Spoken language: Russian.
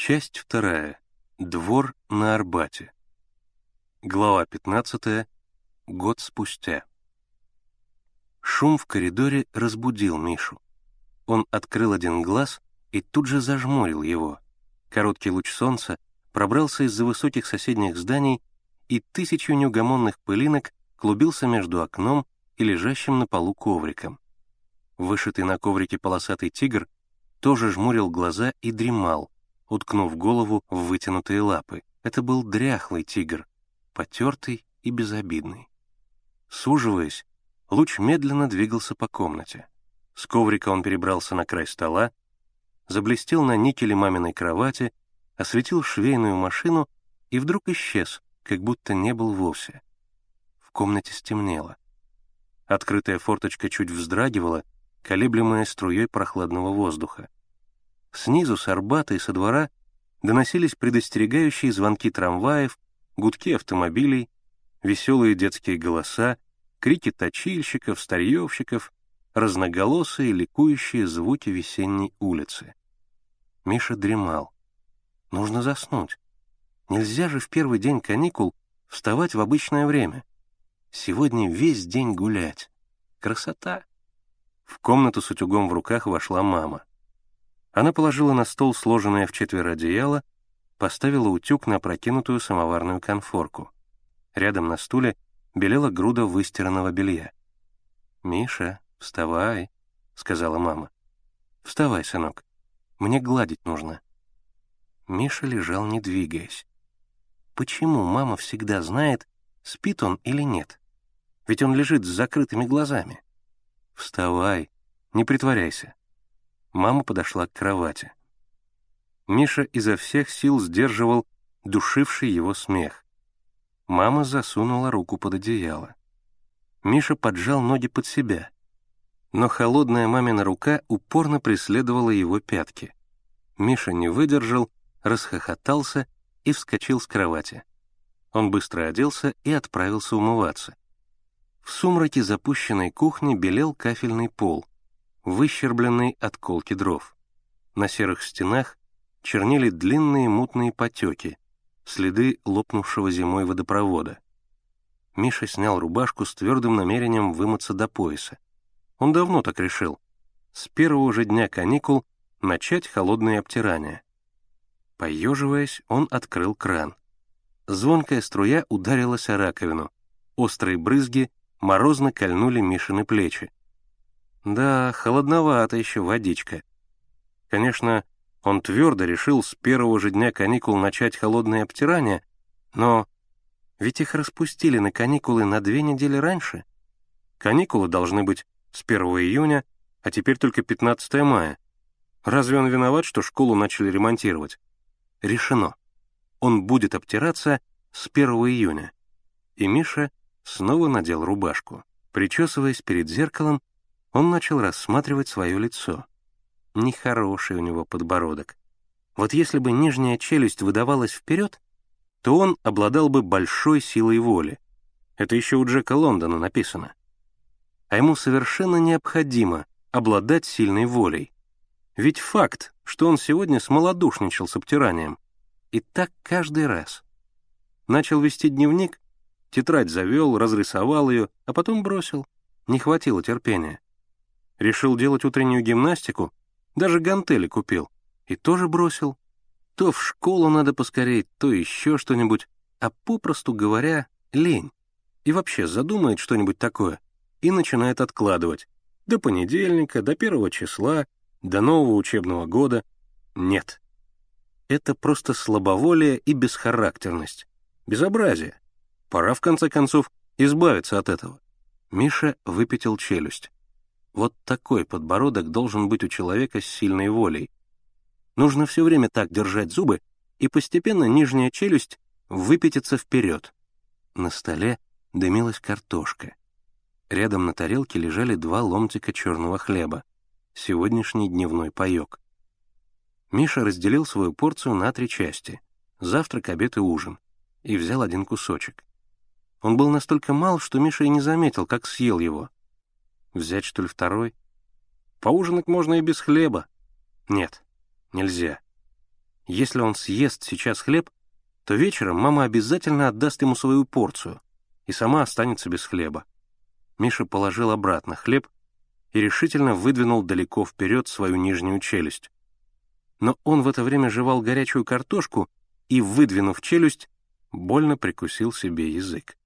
Часть 2. Двор на Арбате. Глава 15. Год спустя. Шум в коридоре разбудил Мишу. Он открыл один глаз и тут же зажмурил его. Короткий луч солнца пробрался из-за высоких соседних зданий и тысячу неугомонных пылинок клубился между окном и лежащим на полу ковриком. Вышитый на коврике полосатый тигр тоже жмурил глаза и дремал, уткнув голову в вытянутые лапы. Это был дряхлый тигр, потертый и безобидный. Суживаясь, луч медленно двигался по комнате. С коврика он перебрался на край стола, заблестел на никеле маминой кровати, осветил швейную машину и вдруг исчез, как будто не был вовсе. В комнате стемнело. Открытая форточка чуть вздрагивала, колеблемая струей прохладного воздуха. Снизу, с Арбата и со двора доносились предостерегающие звонки трамваев, гудки автомобилей, веселые детские голоса, крики точильщиков, старьевщиков, разноголосые ликующие звуки весенней улицы. Миша дремал. Нужно заснуть. Нельзя же в первый день каникул вставать в обычное время. Сегодня весь день гулять. Красота! В комнату с утюгом в руках вошла мама. Она положила на стол сложенное вчетверо одеяло, поставила утюг на опрокинутую самоварную конфорку. Рядом на стуле белела груда выстиранного белья. «Миша, вставай», — сказала мама. «Вставай, сынок, мне гладить нужно». Миша лежал, не двигаясь. Почему мама всегда знает, спит он или нет? Ведь он лежит с закрытыми глазами. «Вставай, не притворяйся». Мама подошла к кровати. Миша изо всех сил сдерживал душивший его смех. Мама засунула руку под одеяло. Миша поджал ноги под себя, но холодная мамина рука упорно преследовала его пятки. Миша не выдержал, расхохотался и вскочил с кровати. Он быстро оделся и отправился умываться. В сумраке запущенной кухни белел кафельный пол, выщербленный от колки дров. На серых стенах чернели длинные мутные потеки, следы лопнувшего зимой водопровода. Миша снял рубашку с твердым намерением вымыться до пояса. Он давно так решил. С первого же дня каникул начать холодное обтирание. Поеживаясь, он открыл кран. Звонкая струя ударилась о раковину. Острые брызги морозно кольнули Мишины плечи. Да, холодновато еще водичка. Конечно, он твердо решил с первого же дня каникул начать холодное обтирание, но ведь их распустили на каникулы на 2 недели раньше. Каникулы должны быть с 1 июня, а теперь только 15 мая. Разве он виноват, что школу начали ремонтировать? Решено. Он будет обтираться с 1 июня. И Миша снова надел рубашку. Причесываясь перед зеркалом, он начал рассматривать свое лицо. Нехороший у него подбородок. Вот если бы нижняя челюсть выдавалась вперед, то он обладал бы большой силой воли. Это еще у Джека Лондона написано. А ему совершенно необходимо обладать сильной волей. Ведь факт, что он сегодня смолодушничал с обтиранием. И так каждый раз. Начал вести дневник, тетрадь завел, разрисовал ее, а потом бросил. Не хватило терпения. Решил делать утреннюю гимнастику, даже гантели купил, и тоже бросил. То в школу надо поскорей, то еще что-нибудь, а попросту говоря, лень. И вообще задумает что-нибудь такое и начинает откладывать. До понедельника, до 1 числа, до нового учебного года. Нет. Это просто слабоволие и бесхарактерность. Безобразие. Пора, в конце концов, избавиться от этого. Миша выпятил челюсть. Вот такой подбородок должен быть у человека с сильной волей. Нужно все время так держать зубы, и постепенно нижняя челюсть выпятится вперед. На столе дымилась картошка. Рядом на тарелке лежали 2 ломтика черного хлеба. Сегодняшний дневной паёк. Миша разделил свою порцию на 3 части — завтрак, обед и ужин, и взял 1 кусочек. Он был настолько мал, что Миша и не заметил, как съел его. Взять, что ли, 2? Поужинать можно и без хлеба. Нет, нельзя. Если он съест сейчас хлеб, то вечером мама обязательно отдаст ему свою порцию и сама останется без хлеба. Миша положил обратно хлеб и решительно выдвинул далеко вперед свою нижнюю челюсть. Но он в это время жевал горячую картошку и, выдвинув челюсть, больно прикусил себе язык.